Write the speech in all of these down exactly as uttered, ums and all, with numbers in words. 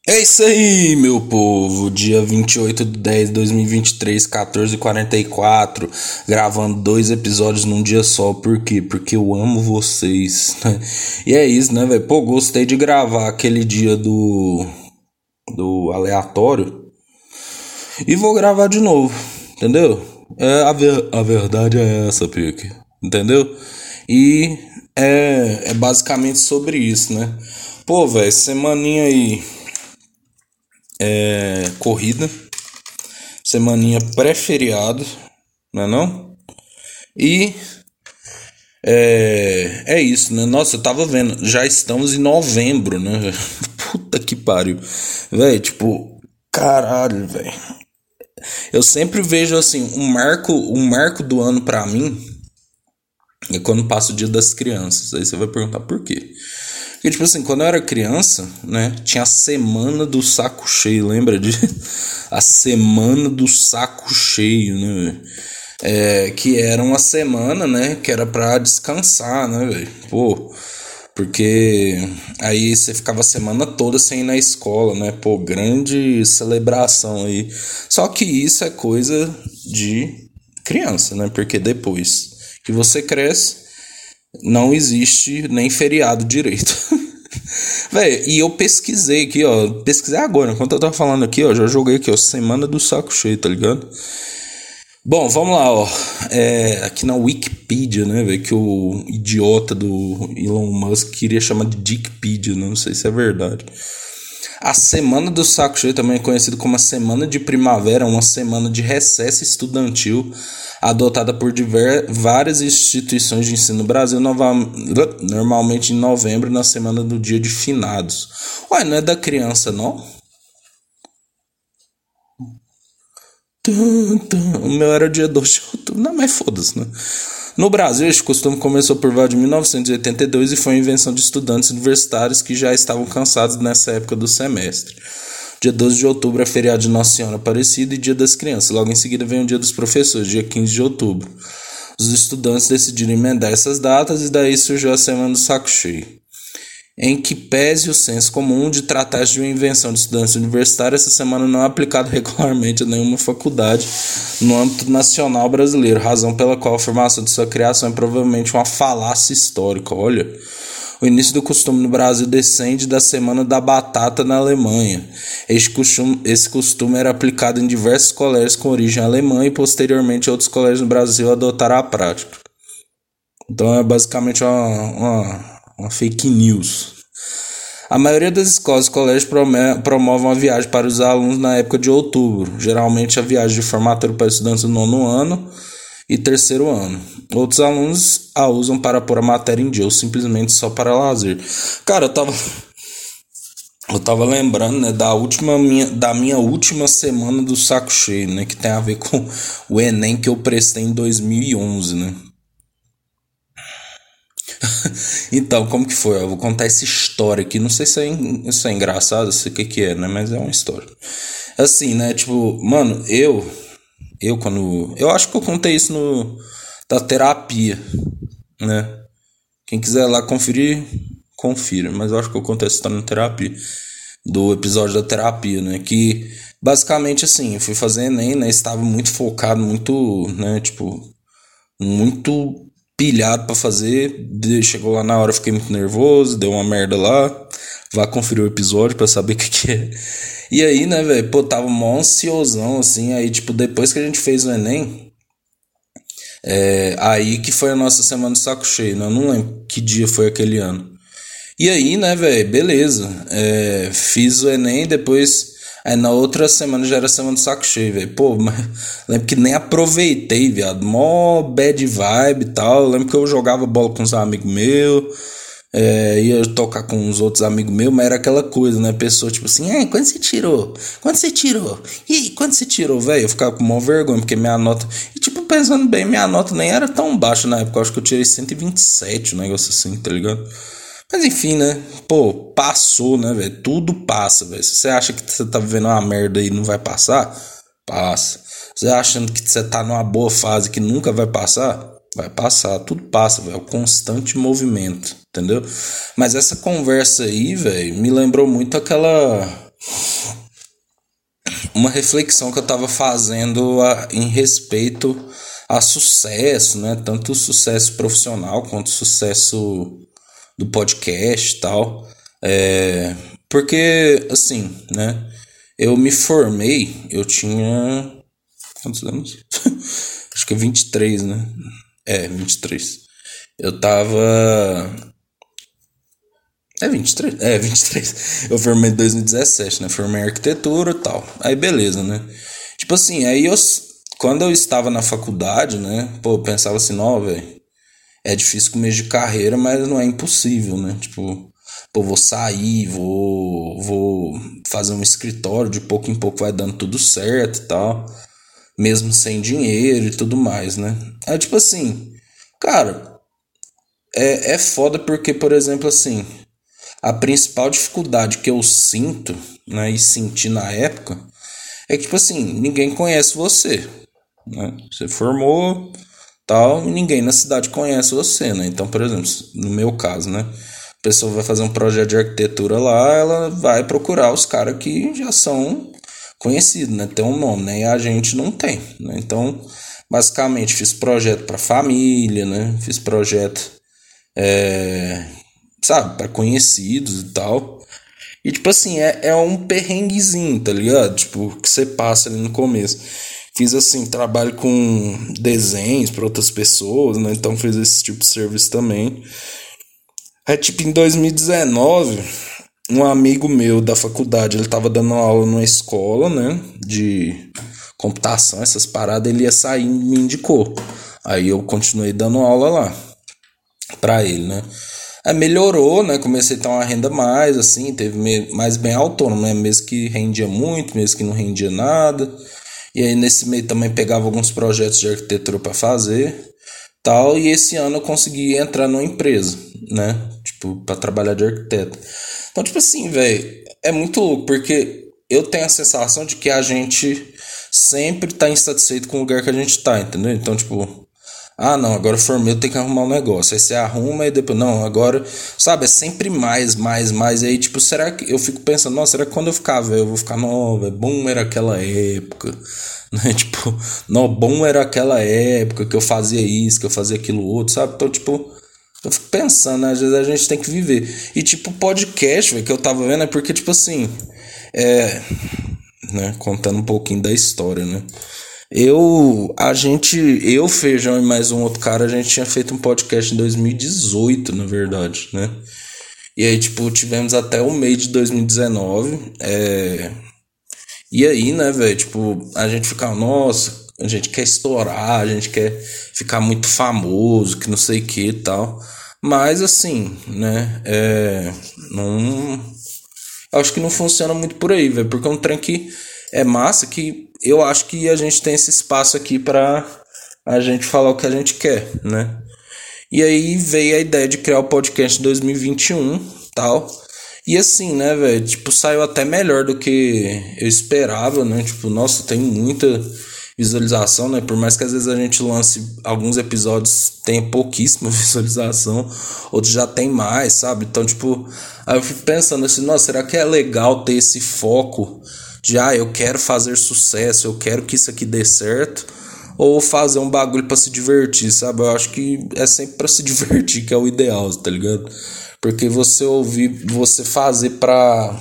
É isso aí, meu povo. Dia vinte e oito de dez de dois mil e vinte e três, quatorze e quarenta e quatro. Gravando dois episódios num dia só. Por quê? Porque eu amo vocês. E é isso, né, velho? Pô, gostei de gravar aquele dia do. Do aleatório. E vou gravar de novo. Entendeu? É, a, ver, a verdade é essa, Pique. Entendeu? E é, é basicamente sobre isso, né? Pô, velho, semaninha aí. É, corrida, semaninha pré-feriado, não é não? E é, é isso, né? Nossa, eu tava vendo, já estamos em novembro, né? Puta que pariu, velho, tipo, caralho, velho. Eu sempre vejo assim, um marco, um marco do ano pra mim é quando passa o Dia das Crianças. Aí você vai perguntar por quê? Porque, tipo assim, quando eu era criança, né, tinha a semana do saco cheio, lembra disso? A semana do saco cheio, né, é, que era uma semana, né, que era pra descansar, né, velho? Pô, porque aí você ficava a semana toda sem ir na escola, né? Pô, grande celebração aí. Só que isso é coisa de criança, né? Porque depois que você cresce, não existe nem feriado direito. Véi, e eu pesquisei aqui, ó. Pesquisei agora, enquanto eu tava falando aqui, ó. Já joguei aqui, ó. Semana do saco cheio, tá ligado? Bom, vamos lá, ó. É, aqui na Wikipedia, né, velho? Que o idiota do Elon Musk queria chamar de Dickpedia, né? Não sei se é verdade. A Semana do Saco Cheio também é conhecida como a Semana de Primavera, uma semana de recesso estudantil adotada por diver, várias instituições de ensino no Brasil, nova, normalmente em novembro, na semana do Dia de Finados. Ué, não é da criança, não? O meu era dia dois de outubro. Não, mas foda-se, né? No Brasil, este costume começou por volta de mil novecentos e oitenta e dois e foi uma invenção de estudantes universitários que já estavam cansados nessa época do semestre. Dia doze de outubro é feriado de Nossa Senhora Aparecida e Dia das Crianças. Logo em seguida vem o Dia dos Professores, dia quinze de outubro. Os estudantes decidiram emendar essas datas e daí surgiu a Semana do Saco Cheio. Em que pese o senso comum de tratar-se de uma invenção de estudantes universitários, essa semana não é aplicada regularmente a nenhuma faculdade no âmbito nacional brasileiro, razão pela qual a afirmação de sua criação é provavelmente uma falácia histórica. Olha, o início do costume no Brasil descende da Semana da Batata na Alemanha. Este costume, esse costume era aplicado em diversos colégios com origem alemã e posteriormente outros colégios no Brasil adotaram a prática. Então é basicamente uma... uma Uma fake news. A maioria das escolas e colégios promovem uma viagem para os alunos na época de outubro. Geralmente a viagem de formatura para estudantes do nono ano e terceiro ano. Outros alunos a usam para pôr a matéria em dia ou simplesmente só para lazer. Cara, eu tava... Eu tava lembrando, né, da, última minha, da minha última semana do saco cheio, né? Que tem a ver com o Enem que eu prestei em dois mil e onze, né? Então, como que foi? Eu vou contar essa história aqui. Não sei se é, isso é engraçado, sei o que que é, né? Mas é uma história. Assim, né? Tipo, mano, eu... Eu quando... Eu acho que eu contei isso no... Da terapia, né? Quem quiser lá conferir, confira. Mas eu acho que eu contei essa história na terapia. Do episódio da terapia, né? Que, basicamente, assim, eu fui fazer Enem, né? Estava muito focado, muito, né? Tipo, muito... pilhado pra fazer, chegou lá na hora, fiquei muito nervoso, deu uma merda lá, vá conferir o episódio pra saber o que que é. E aí, né, velho, pô, tava mó ansiosão, assim, aí, tipo, depois que a gente fez o Enem, é, aí que foi a nossa semana de saco cheio, né, eu não lembro que dia foi aquele ano. E aí, né, velho, beleza, é, fiz o Enem, depois... Aí na outra semana já era semana do saco cheio, velho. Pô, mas lembro que nem aproveitei, viado. Mó bad vibe e tal. Eu lembro que eu jogava bola com uns amigos meus. É, ia tocar com uns outros amigos meus, mas era aquela coisa, né? Pessoa tipo assim, é, quando você tirou? Quando você tirou? E aí, quando você tirou, velho? Eu ficava com maior vergonha, porque minha nota... E tipo, pensando bem, minha nota nem era tão baixa na época. Eu acho que eu tirei cento e vinte e sete, um negócio assim, tá ligado? Mas enfim, né? Pô, passou, né, velho? Tudo passa, velho. Se você acha que você tá vivendo uma merda e não vai passar, passa. Você achando que você tá numa boa fase que nunca vai passar, vai passar. Tudo passa, velho. É o constante movimento, entendeu? Mas essa conversa aí, velho, me lembrou muito aquela... uma reflexão que eu tava fazendo a, em respeito a sucesso, né? Tanto sucesso profissional quanto sucesso do podcast e tal. É, porque, assim, né? Eu me formei, eu tinha. Quantos anos? Acho que é vinte e três, né? É, vinte e três. Eu tava. É vinte e três? É, vinte e três. Eu formei em dois mil e dezessete, né? Formei em arquitetura e tal. Aí beleza, né? Tipo assim, aí eu. Quando eu estava na faculdade, né? Pô, eu pensava assim, não, velho. É difícil começo de carreira, mas não é impossível, né? Tipo, pô, vou sair, vou, vou fazer um escritório, de pouco em pouco vai dando tudo certo e tal. Mesmo sem dinheiro e tudo mais, né? É tipo assim, cara, é, é foda porque, por exemplo, assim, a principal dificuldade que eu sinto, né, e senti na época, é que, tipo assim, ninguém conhece você, né? Você formou, tal, e ninguém na cidade conhece você, né? Então, por exemplo, no meu caso, né? A pessoa vai fazer um projeto de arquitetura lá, ela vai procurar os caras que já são conhecidos, né? Tem um nome, né? E a gente não tem, né? Então, basicamente, fiz projeto para família, né? Fiz projeto, é, sabe, para conhecidos e tal. E, tipo assim, é, é um perrenguezinho, tá ligado? Tipo, que você passa ali no começo. Fiz, assim, trabalho com desenhos para outras pessoas, né? Então, fiz esse tipo de serviço também. É, tipo, em dois mil e dezenove, um amigo meu da faculdade, ele tava dando aula numa escola, né? De computação, essas paradas, ele ia sair e me indicou. Aí eu continuei dando aula lá pra ele, né? Aí melhorou, né? Comecei a ter uma renda mais, assim, teve mais bem autônomo, né? Mesmo que rendia muito, mesmo que não rendia nada. E aí nesse meio também pegava alguns projetos de arquitetura para fazer, tal. E esse ano eu consegui entrar numa empresa, né? Tipo, para trabalhar de arquiteto. Então, tipo assim, velho, é muito louco, porque eu tenho a sensação de que a gente sempre tá insatisfeito com o lugar que a gente tá, entendeu? Então, tipo, ah, não, agora eu formei, eu tenho que arrumar um negócio. Aí você arruma e depois, não, agora, sabe, é sempre mais, mais, mais. E aí, tipo, será que eu fico pensando, nossa, será que quando eu ficar velho, eu vou ficar, não, velho, bom era aquela época, né? Tipo, não, bom era aquela época que eu fazia isso, que eu fazia aquilo outro, sabe? Então, tipo, eu fico pensando, né? Às vezes a gente tem que viver. E, tipo, podcast, velho, que eu tava vendo é porque, tipo assim, é, né, contando um pouquinho da história, né? Eu, a gente, eu, Feijão e mais um outro cara, a gente tinha feito um podcast em dois mil e dezoito, na verdade, né? E aí, tipo, tivemos até o meio de dois mil e dezenove. É... E aí, né, velho, tipo, a gente ficava, nossa, a gente quer estourar, a gente quer ficar muito famoso, que não sei o que e tal. Mas, assim, né, é... não... acho que não funciona muito por aí, velho, porque é um trem que é massa, que eu acho que a gente tem esse espaço aqui pra a gente falar o que a gente quer, né? E aí veio a ideia de criar o podcast em dois mil e vinte e um, tal. E assim, né, velho, tipo, saiu até melhor do que eu esperava, né? Tipo, nossa, tem muita visualização, né? Por mais que às vezes a gente lance alguns episódios, tenha pouquíssima visualização, outros já tem mais, sabe? Então, tipo, aí eu fico pensando assim, nossa, será que é legal ter esse foco de, ah, eu quero fazer sucesso, eu quero que isso aqui dê certo, ou fazer um bagulho pra se divertir, sabe? Eu acho que é sempre pra se divertir que é o ideal, tá ligado? Porque você ouvir, você fazer pra,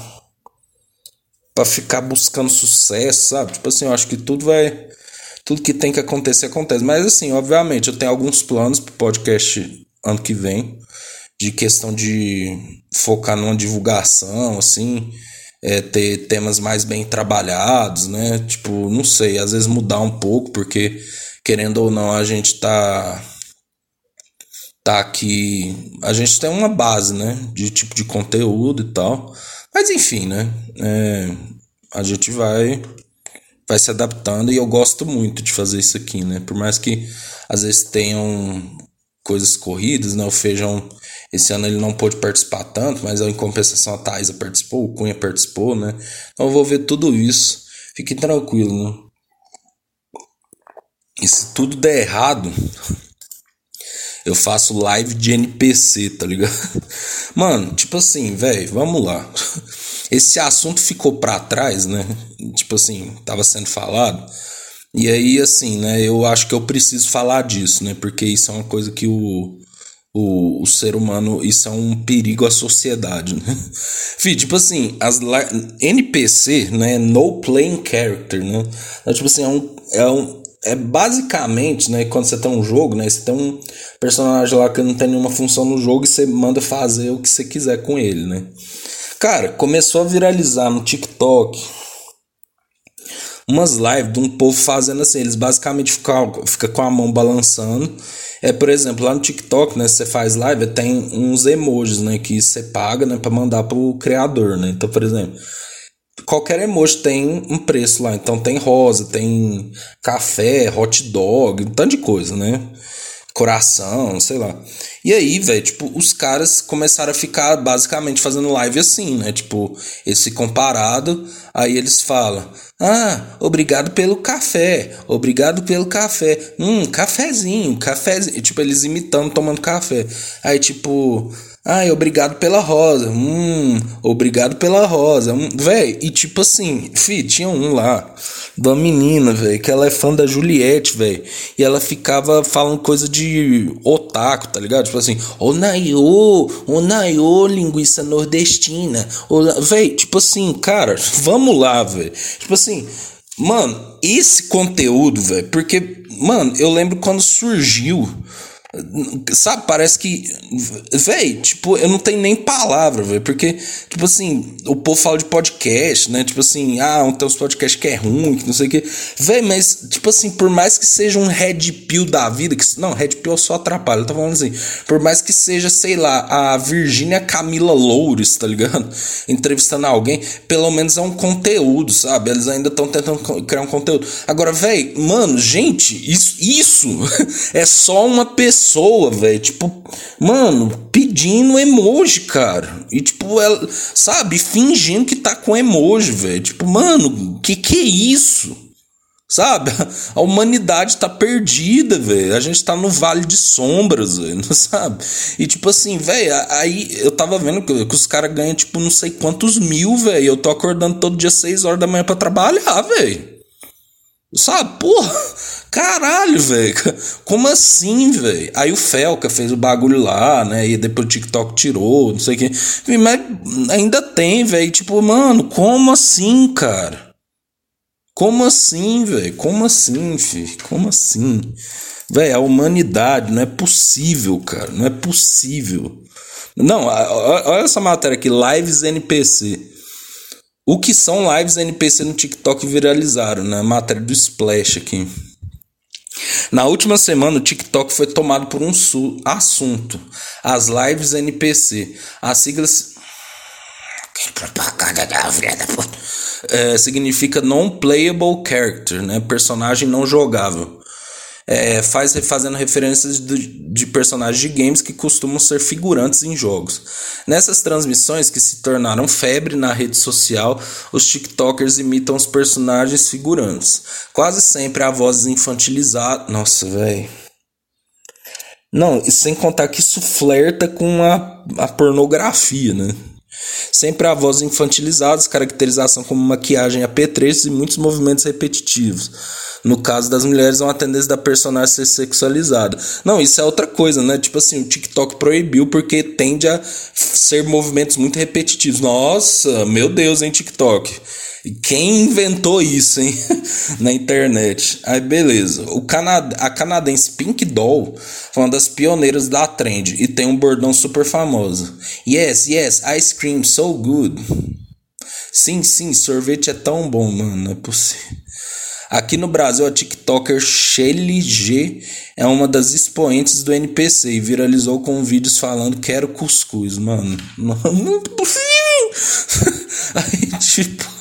pra ficar buscando sucesso, sabe? Tipo assim, eu acho que tudo vai... Tudo que tem que acontecer, acontece. Mas assim, obviamente, eu tenho alguns planos pro podcast ano que vem, de questão de focar numa divulgação, assim... É, ter temas mais bem trabalhados, né? Tipo, não sei, às vezes mudar um pouco, porque querendo ou não, a gente tá tá aqui, a gente tem uma base, né? De tipo de conteúdo e tal. Mas enfim, né? É, a gente vai vai se adaptando e eu gosto muito de fazer isso aqui, né? Por mais que às vezes tenham coisas corridas, né? O Feijão, esse ano ele não pôde participar tanto, mas em compensação a Thaisa participou, o Cunha participou, né? Então eu vou ver tudo isso. Fique tranquilo, né? E se tudo der errado, eu faço live de N P C, tá ligado? Mano, tipo assim, velho, vamos lá. esse assunto ficou pra trás, né? Tipo assim, tava sendo falado. E aí, assim, né? Eu acho que eu preciso falar disso, né? Porque isso é uma coisa que o, o, o ser humano, isso é um perigo à sociedade, né? Fih, tipo assim, as N P C, né? No Playing Character, né? É, tipo assim, é um, é um. É basicamente, né? Quando você tem um jogo, né? Você tem um personagem lá que não tem nenhuma função no jogo e você manda fazer o que você quiser com ele, né? Cara, começou a viralizar no TikTok umas lives de um povo fazendo assim, eles basicamente ficam fica com a mão balançando. É, por exemplo, lá no TikTok, né, você faz live, tem uns emojis, né, que você paga, né, para mandar pro criador, né? Então, por exemplo, qualquer emoji tem um preço lá. Então tem rosa, tem café, hot dog, um tanto de coisa, né? Coração, sei lá. E aí, velho, tipo, os caras começaram a ficar basicamente fazendo live assim, né? Tipo, esse comparado, aí eles falam: ah, obrigado pelo café, obrigado pelo café. Hum, cafezinho, cafezinho. Tipo, eles imitando, tomando café. Aí, tipo, ai, obrigado pela rosa. Hum, obrigado pela rosa. Hum, véi, e tipo assim, fi, tinha um lá, da menina, velho, que ela é fã da Juliette, velho. E ela ficava falando coisa de otaku, tá ligado? Tipo assim, ô Naiô, ô Naiô, linguiça nordestina. Velho, tipo assim, cara, vamos lá, velho. Tipo assim, mano, esse conteúdo, velho, porque, mano, eu lembro quando surgiu. Sabe, parece que, véi, tipo, eu não tenho nem palavra, velho, porque, tipo assim, o povo fala de podcast, né, tipo assim, ah, tem uns podcasts que é ruim, que não sei o que, véi, mas, tipo assim, por mais que seja um Red Pill da vida, que, não, Red Pill só atrapalha, eu tô falando assim, por mais que seja, sei lá, a Virgínia Camila Loures, tá ligado, entrevistando alguém, pelo menos é um conteúdo, sabe, eles ainda estão tentando criar um conteúdo. Agora, véi, mano, gente, isso, isso é só uma pessoa pessoa, velho, tipo, mano, pedindo emoji, cara, e tipo, ela, sabe, fingindo que tá com emoji, velho, tipo, mano, que que é isso, sabe, a humanidade tá perdida, velho, a gente tá no vale de sombras, velho, sabe, e tipo assim, velho, aí eu tava vendo que, que os caras ganham, tipo, não sei quantos mil, velho, eu tô acordando todo dia seis horas da manhã pra trabalhar, velho. Sabe, porra, caralho, velho, como assim, velho? Aí o Felca fez o bagulho lá, né, e depois o TikTok tirou, não sei o que, mas ainda tem, velho, tipo, mano, como assim, cara? Como assim, velho? Como assim, filho? Como assim? Velho, a humanidade, não é possível, cara, não é possível. Não, olha essa matéria aqui, Lives N P C. O que são lives N P C no TikTok viralizaram, né? Matéria do Splash aqui. Na última semana, o TikTok foi tomado por um assunto: as lives N P C. As siglas. Que propaganda da filha da puta. É, significa non-playable character, né? Personagem não jogável. É, faz fazendo referências de, de personagens de games que costumam ser figurantes em jogos. Nessas transmissões que se tornaram febre na rede social, os TikTokers imitam os personagens figurantes. Quase sempre a voz infantilizada. Nossa, velho. Não, e sem contar que isso flerta com a, a pornografia, né? Sempre a voz infantilizada, caracterização como maquiagem apetrechos e muitos movimentos repetitivos. No caso das mulheres, é uma tendência da personagem ser sexualizada. Não, isso é outra coisa, né? Tipo assim, o TikTok proibiu porque tende a ser movimentos muito repetitivos. Nossa, meu Deus, hein, TikTok? Quem inventou isso, hein? Na internet. Aí, beleza. O Canad- a canadense Pink Doll foi uma das pioneiras da trend e tem um bordão super famoso. Yes, yes, ice cream so good. Sim, sim, sorvete é tão bom, mano. Não é possível. Aqui no Brasil, a TikToker Shelly G é uma das expoentes do N P C e viralizou com vídeos falando quero cuscuz, mano. Não, não é possível. Aí, tipo,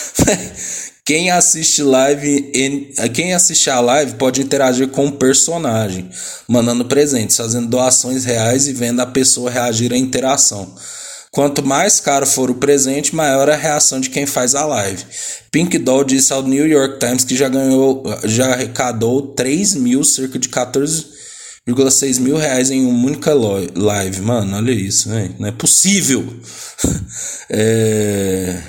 quem assiste live, quem assiste a live pode interagir com o personagem, mandando presentes, fazendo doações reais e vendo a pessoa reagir à interação. Quanto mais caro for o presente, maior a reação de quem faz a live. Pink Doll disse ao New York Times que já ganhou, já arrecadou três mil, cerca de quatorze vírgula seis mil reais em uma única live. Mano, olha isso, velho. Não é possível. é...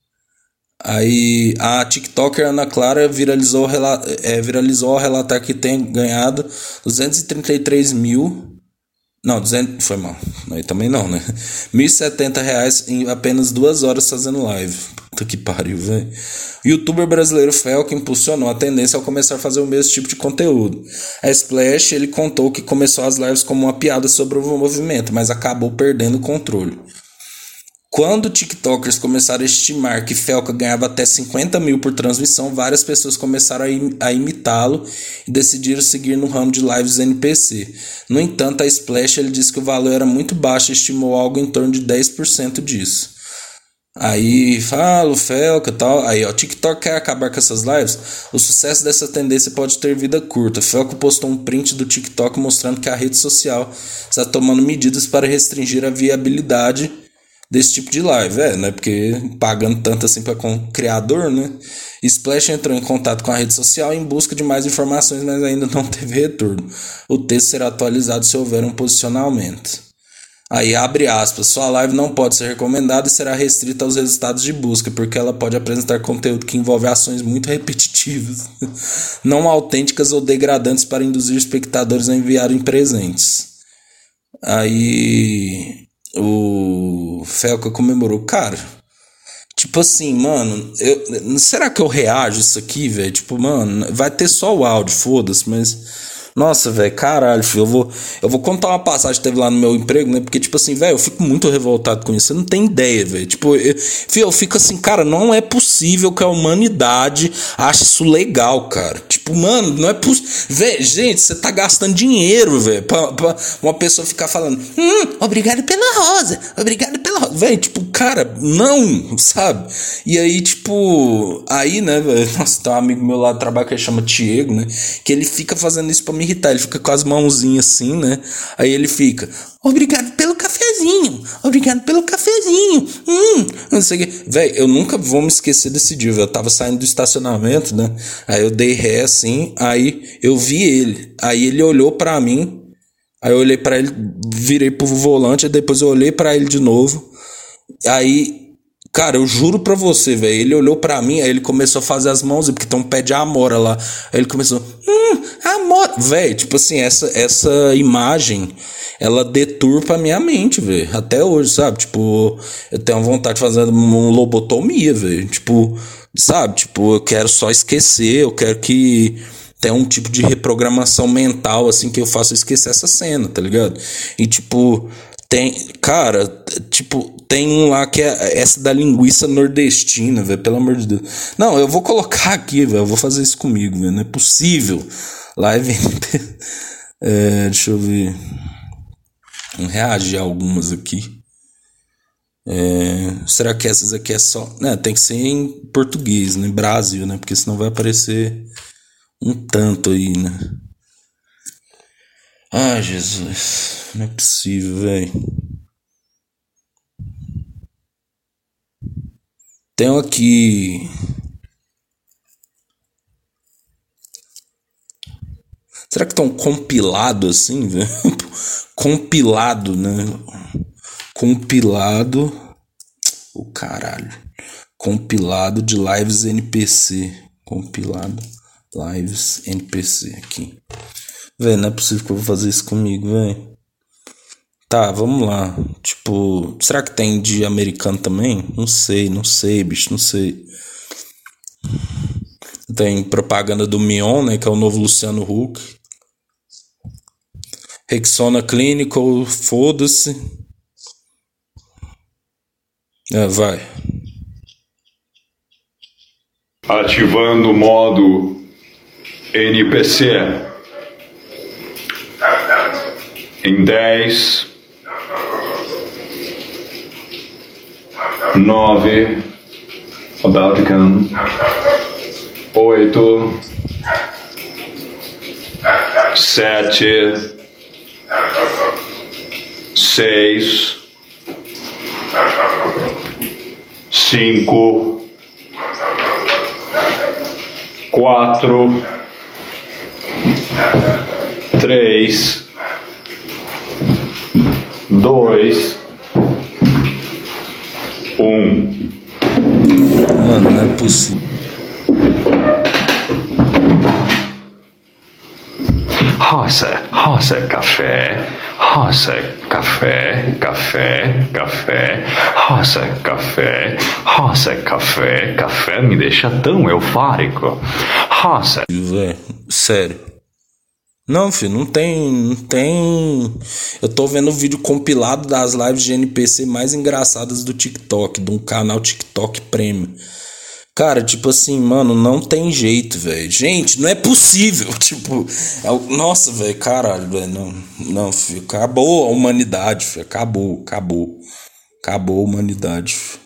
Aí a TikToker Ana Clara viralizou, é, viralizou ao relatar que tem ganhado duzentos e trinta e três mil. Não, duzentos, foi mal. Aí também não, né? mil e setenta reais em apenas duas horas fazendo live. Puta que pariu, velho. O youtuber brasileiro Felca impulsionou a tendência ao começar a fazer o mesmo tipo de conteúdo. A Splash, ele contou que começou as lives como uma piada sobre o movimento, mas acabou perdendo o controle. Quando tiktokers começaram a estimar que Felca ganhava até cinquenta mil por transmissão, várias pessoas começaram a, im- a imitá-lo e decidiram seguir no ramo de lives N P C. No entanto, a Splash ele disse que o valor era muito baixo e estimou algo em torno de dez por cento disso. Aí fala o Felca e tal. Aí ó, TikTok quer acabar com essas lives? O sucesso dessa tendência pode ter vida curta. Felca postou um print do TikTok mostrando que a rede social está tomando medidas para restringir a viabilidade desse tipo de live, é, né? Porque pagando tanto assim para com criador, né? Splash entrou em contato com a rede social em busca de mais informações, mas ainda não teve retorno. O texto será atualizado se houver um posicionamento. Aí abre aspas, sua live não pode ser recomendada e será restrita aos resultados de busca, porque ela pode apresentar conteúdo que envolve ações muito repetitivas, não autênticas ou degradantes para induzir espectadores a enviarem presentes. Aí o Felca comemorou, cara, tipo assim, mano, eu, será que eu reajo isso aqui, velho? Tipo, mano, vai ter só o áudio, foda-se, mas nossa, velho, caralho, filho, eu vou, eu vou contar uma passagem que teve lá no meu emprego, né? Porque, tipo assim, velho, eu fico muito revoltado com isso. Você não tem ideia, velho. Tipo, eu, filho, eu fico assim, cara, não é possível que a humanidade ache isso legal, cara. Tipo, mano, não é possível. Velho, gente, você tá gastando dinheiro, velho, pra, pra uma pessoa ficar falando, hum, obrigado pela rosa, obrigado pela rosa. Velho, tipo, cara, não, sabe? E aí, tipo, aí, né, velho, nossa, tem um amigo meu lá do trabalho que ele chama Diego, né? Que ele fica fazendo isso pra me irritar, ele fica com as mãozinhas assim, né? Aí ele fica, obrigado pelo cafezinho, obrigado pelo cafezinho, hum, não sei o que. Véi, eu nunca vou me esquecer desse dia, véio. Eu tava saindo do estacionamento, né? Aí eu dei ré assim, aí eu vi ele, aí ele olhou pra mim, aí eu olhei pra ele, virei pro volante, aí depois eu olhei pra ele de novo, aí... Cara, eu juro pra você, velho. Ele olhou pra mim, aí ele começou a fazer as mãos, porque tem um pé de amora lá. Aí ele começou, hum, amora. Velho, tipo assim, essa, essa imagem, ela deturpa a minha mente, velho. Até hoje, sabe? Tipo, eu tenho vontade de fazer uma lobotomia, velho. Tipo, sabe? Tipo, eu quero só esquecer, eu quero que tenha um tipo de reprogramação mental, assim, que eu faça esquecer essa cena, tá ligado? E, tipo, tem, cara, tipo, tem um lá que é essa da linguiça nordestina, velho, pelo amor de Deus. Não, eu vou colocar aqui, velho, eu vou fazer isso comigo, velho, não é possível. Live, é, deixa eu ver, vamos reagir a algumas aqui. É, será que essas aqui é só... Né, tem que ser em português, né, Brasil, né, porque senão vai aparecer um tanto aí, né. Ai, Jesus, não é possível, velho. Tem aqui. Será que estão compilado assim, velho? Compilado, né? Compilado. O caralho. Compilado de lives N P C. Compilado lives N P C aqui. Velho, não é possível que eu vou fazer isso comigo, velho. Tá, vamos lá. Tipo, será que tem de americano também? Não sei, não sei, bicho, não sei. Tem propaganda do Mion, né? Que é o novo Luciano Huck. Rexona Clinical, foda-se. É, vai. Ativando o modo N P C. Em dez... nove, about to come, oito, sete, seis, cinco, quatro, três, dois, um. Mano, não é possível. Rosa, rosa, café, rosa, café, café, café, rosa, café, rosa, café, café me deixa tão eufórico. Rosa. Véio, sério. Não, filho, não tem, não tem. Eu tô vendo o vídeo compilado das lives de N P C mais engraçadas do TikTok, de um canal TikTok Premium. Cara, tipo assim, mano, não tem jeito, velho. Gente, não é possível. Tipo, é, nossa, velho, caralho, velho. Não, não, filho, acabou a humanidade, filho. Acabou, acabou. Acabou a humanidade, filho.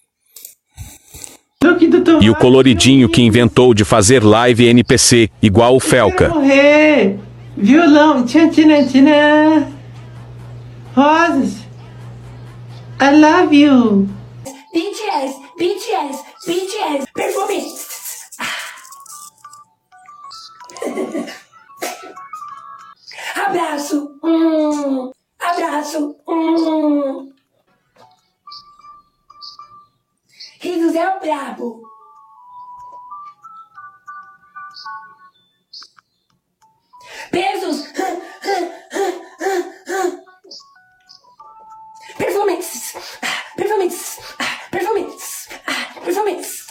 E o coloridinho que inventou de fazer live N P C, igual o Felca. Morrer. Violão, tchan, tchan, tchan. Rosas. I love you. B T S, B T S, B T S, perfume. Abraço, hum, abraço, hum. Risos é o brabo. Pesos. Perfumes. Perfumes. Perfumes. Perfumes.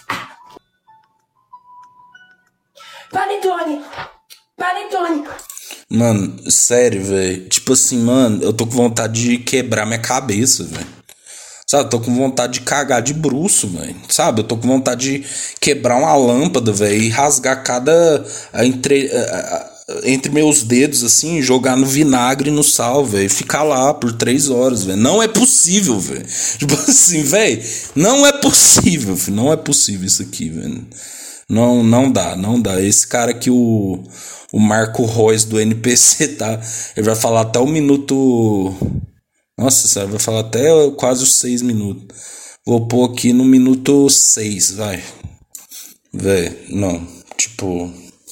Panetone. Panetone. Mano, sério, velho. Tipo assim, mano, eu tô com vontade de quebrar minha cabeça, velho. Sabe, eu tô com vontade de cagar de bruço, velho. Sabe, eu tô com vontade de quebrar uma lâmpada, velho, e rasgar cada... Entre, entre meus dedos, assim, jogar no vinagre e no sal, velho. E ficar lá por três horas, velho. Não é possível, velho. Tipo assim, velho, não é possível, filho. Não é possível isso aqui, velho. Não, não dá, não dá. Esse cara que o... O Marco Reus do N P C, tá? Ele vai falar até o minuto... Nossa, sério, vai falar até quase os seis minutos. Vou pôr aqui no minuto seis, vai. Véi, não. Tipo...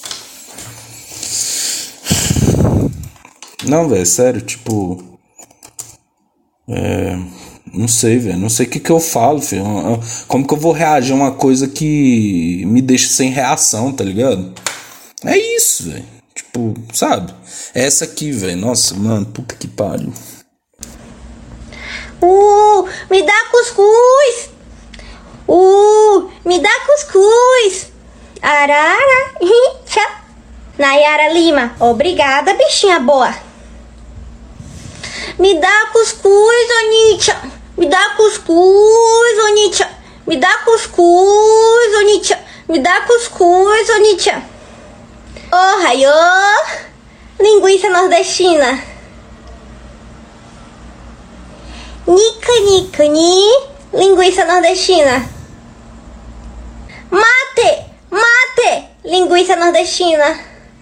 Não, velho, sério, tipo... É... Não sei, velho. Não sei o que que eu falo, filho. Como que eu vou reagir a uma coisa que me deixa sem reação, tá ligado? É isso, velho. Tipo, sabe? É essa aqui, velho. Nossa, mano, puta que pariu. Uh, me dá cuscuz. Uh, me dá cuscuz. Arara. Tchau. Nayara Lima. Obrigada, bichinha boa. Me dá cuscuz, Onitia. Me dá cuscuz, Onitia. Me dá cuscuz, Onitia. Me dá cuscuz, Onitia. Oh, raiô. Linguiça nordestina. Nica, nica, ni. Linguiça nordestina. Mate, mate. Linguiça nordestina.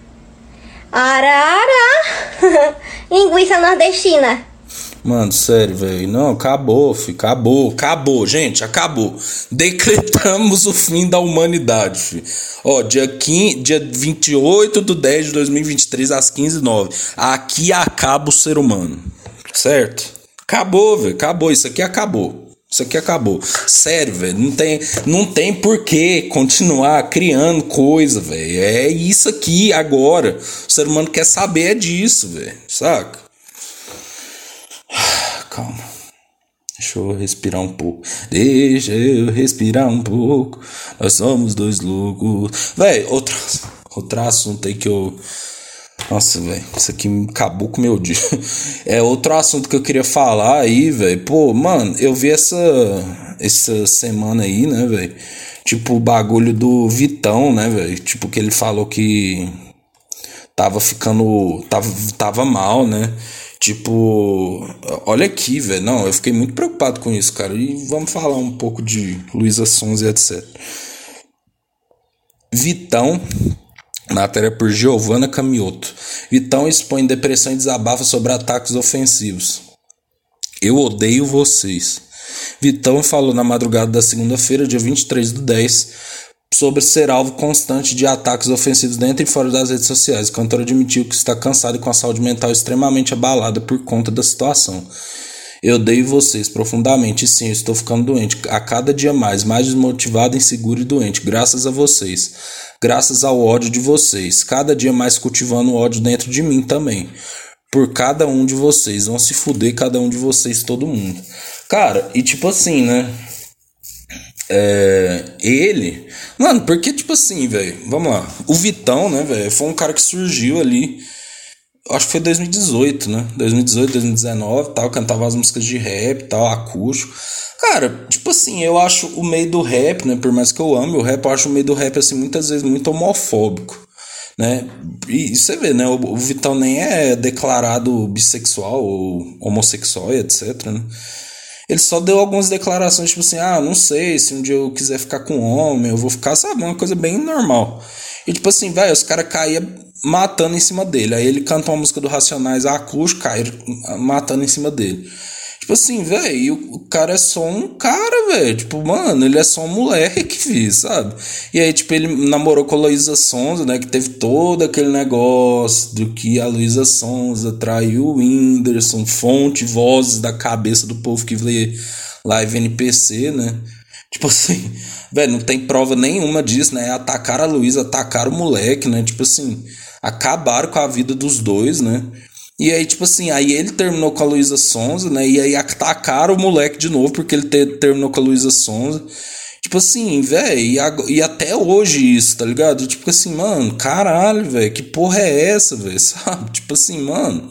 Arara. Linguiça nordestina. Mano, sério, velho. Não, acabou, filho. Acabou, acabou, gente, acabou. Decretamos o fim da humanidade, filho. Ó, dia, quinze, dia vinte e oito de dez de dois mil e vinte e três, às quinze e nove. Aqui acaba o ser humano. Certo? Acabou, velho. Acabou. Isso aqui acabou. Isso aqui acabou. Sério, velho. Não tem, não tem por que continuar criando coisa, velho. É isso aqui agora. O ser humano quer saber é disso, velho. Saca? Calma. Deixa eu respirar um pouco. Deixa eu respirar um pouco. Nós somos dois loucos. Véi, outro, outro assunto aí que eu... Nossa, velho, isso aqui acabou com o meu dia. É outro assunto que eu queria falar aí, velho. Pô, mano, eu vi essa, essa semana aí, né, velho? Tipo, o bagulho do Vitão, né, velho? Tipo, que ele falou que tava ficando... Tava, tava mal, né? Tipo, olha aqui, velho. Não, eu fiquei muito preocupado com isso, cara. E vamos falar um pouco de Luísa Sonza e etcétera. Vitão, matéria por Giovanna Camioto. Vitão expõe depressão e desabafa sobre ataques ofensivos. Eu odeio vocês. Vitão falou na madrugada da segunda-feira, dia vinte e três do dez, sobre ser alvo constante de ataques ofensivos dentro e fora das redes sociais. O cantor admitiu que está cansado e com a saúde mental extremamente abalada por conta da situação. Eu odeio vocês profundamente. E sim, eu estou ficando doente. A cada dia mais, mais desmotivado, inseguro e doente. Graças a vocês. Graças ao ódio de vocês. Cada dia mais cultivando o ódio dentro de mim também. Por cada um de vocês. Vão se fuder cada um de vocês, todo mundo. Cara, e tipo assim, né? É, ele... Mano, porque tipo assim, velho. Vamos lá. O Vitão, né, velho? Foi um cara que surgiu ali... Acho que foi dois mil e dezoito, né? dois mil e dezoito, dois mil e dezenove, tal, cantava as músicas de rap, tal, acústico. Cara, tipo assim, eu acho o meio do rap, né? Por mais que eu ame o rap, eu acho o meio do rap, assim, muitas vezes muito homofóbico, né? E, e você vê, né? O, o Vitão nem é declarado bissexual ou homossexual, etcétera, né? Ele só deu algumas declarações, tipo assim, ah, não sei, se um dia eu quiser ficar com homem, eu vou ficar, sabe? Uma coisa bem normal. E tipo assim, velho, os caras caíam matando em cima dele. Aí ele canta uma música do Racionais acústico, caíram matando em cima dele. Tipo assim, velho, o, o cara é só um cara, velho. Tipo, mano, ele é só um moleque, filho, sabe? E aí, tipo, ele namorou com a Luísa Sonza, né? Que teve todo aquele negócio do que a Luísa Sonza traiu o Whindersson, fonte, vozes da cabeça do povo que vê live N P C, né? Tipo assim, velho, não tem prova nenhuma disso, né? Atacaram a Luísa, atacaram o moleque, né? Tipo assim, acabaram com a vida dos dois, né? E aí, tipo assim, aí ele terminou com a Luísa Sonza, né? E aí atacaram o moleque de novo porque ele te, terminou com a Luísa Sonza. Tipo assim, velho, e, e até hoje isso, tá ligado? Tipo assim, mano, caralho, velho, que porra é essa, velho, sabe? Tipo assim, mano...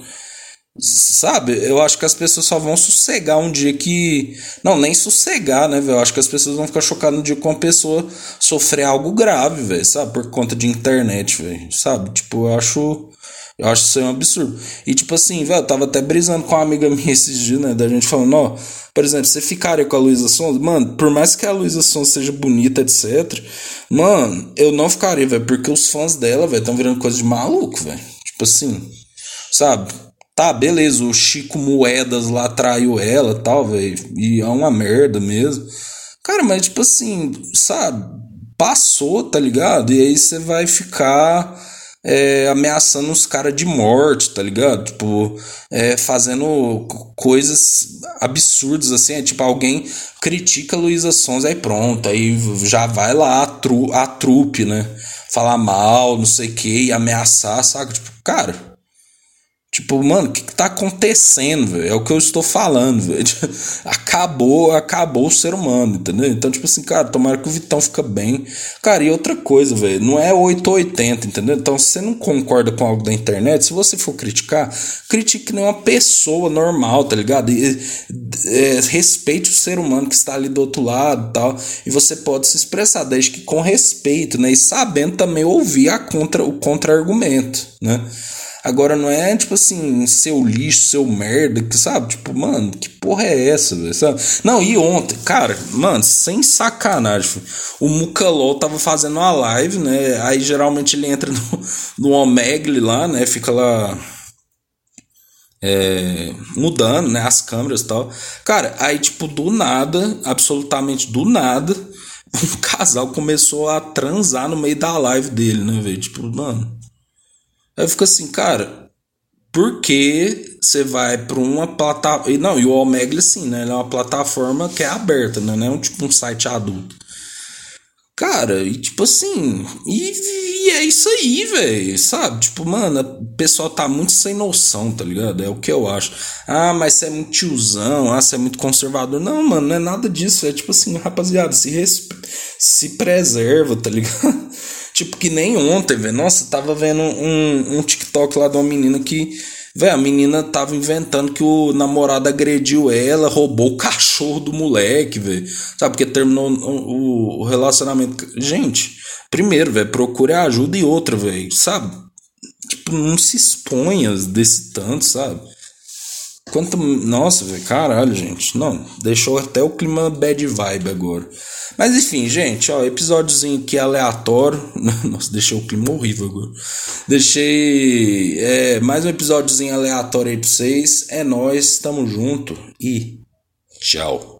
Sabe, eu acho que as pessoas só vão sossegar um dia que... Não, nem sossegar, né, velho? Eu acho que as pessoas vão ficar chocadas no dia que uma pessoa sofrer algo grave, velho, sabe? Por conta de internet, velho, sabe? Tipo, eu acho... Eu acho isso aí um absurdo. E tipo assim, velho, eu tava até brisando com uma amiga minha esses dias, né? Da gente falando, ó... Por exemplo, você ficaria com a Luísa Sonza? Mano, por mais que a Luísa Sonza seja bonita, etcétera. Mano, eu não ficaria, velho. Porque os fãs dela, velho, tão virando coisa de maluco, velho. Tipo assim, sabe? Tá, beleza, o Chico Moedas lá traiu ela e tal, velho. E é uma merda mesmo. Cara, mas tipo assim, sabe? Passou, tá ligado? E aí você vai ficar é, ameaçando os caras de morte, tá ligado? Tipo, é, fazendo coisas absurdas assim. É, tipo, alguém critica a Luísa Sonza, aí pronto. Aí já vai lá a, tru, a trupe, né? Falar mal, não sei o que, e ameaçar, saca? Tipo, cara... Tipo, mano, o que, que tá acontecendo, velho? É o que eu estou falando, velho. Acabou, acabou o ser humano, entendeu? Então, tipo assim, cara, tomara que o Vitão fica bem. Cara, e outra coisa, velho, não é oito ou oitenta, entendeu? Então, se você não concorda com algo da internet, se você for criticar, critique nem uma pessoa normal, tá ligado? E, é, respeite o ser humano que está ali do outro lado e tal. E você pode se expressar, desde que com respeito, né? E sabendo também ouvir a contra, o contra-argumento, né? Agora não é tipo assim, seu lixo, seu merda, que sabe? Tipo, mano, que porra é essa, velho? Sabe? Não, e ontem, cara, mano, sem sacanagem, filho, o Mucalol tava fazendo uma live, né? Aí geralmente ele entra no, no Omegle lá, né? Fica lá é, mudando, né? As câmeras e tal. Cara, aí tipo, do nada, absolutamente do nada, um casal começou a transar no meio da live dele, né, velho? Tipo, mano. Aí eu fico assim, cara, por que você vai para uma plataforma... E não, e o Omegle, assim, né? Ele é uma plataforma que é aberta, né? Não é um, tipo um site adulto. Cara, e tipo assim... E, e é isso aí, velho, sabe? Tipo, mano, o pessoal tá muito sem noção, tá ligado? É o que eu acho. Ah, mas você é muito tiozão, ah, você é muito conservador. Não, mano, não é nada disso. É tipo assim, rapaziada, se, respe... se preserva, tá ligado? Tipo, que nem ontem, velho. Nossa, tava vendo um, um TikTok lá de uma menina que... Velho, a menina tava inventando que o namorado agrediu ela, roubou o cachorro do moleque, velho. Sabe, porque terminou o, o relacionamento... Gente, primeiro, velho, procure ajuda e outra, velho, sabe? Tipo, não se exponha desse tanto, sabe? Quanto... Nossa, velho, caralho, gente. Não, deixou até o clima bad vibe agora. Mas enfim, gente, ó, episódiozinho aqui aleatório. Nossa, deixei o clima horrível agora. Deixei é, mais um episódiozinho aleatório aí pra vocês. É nóis, tamo junto e tchau.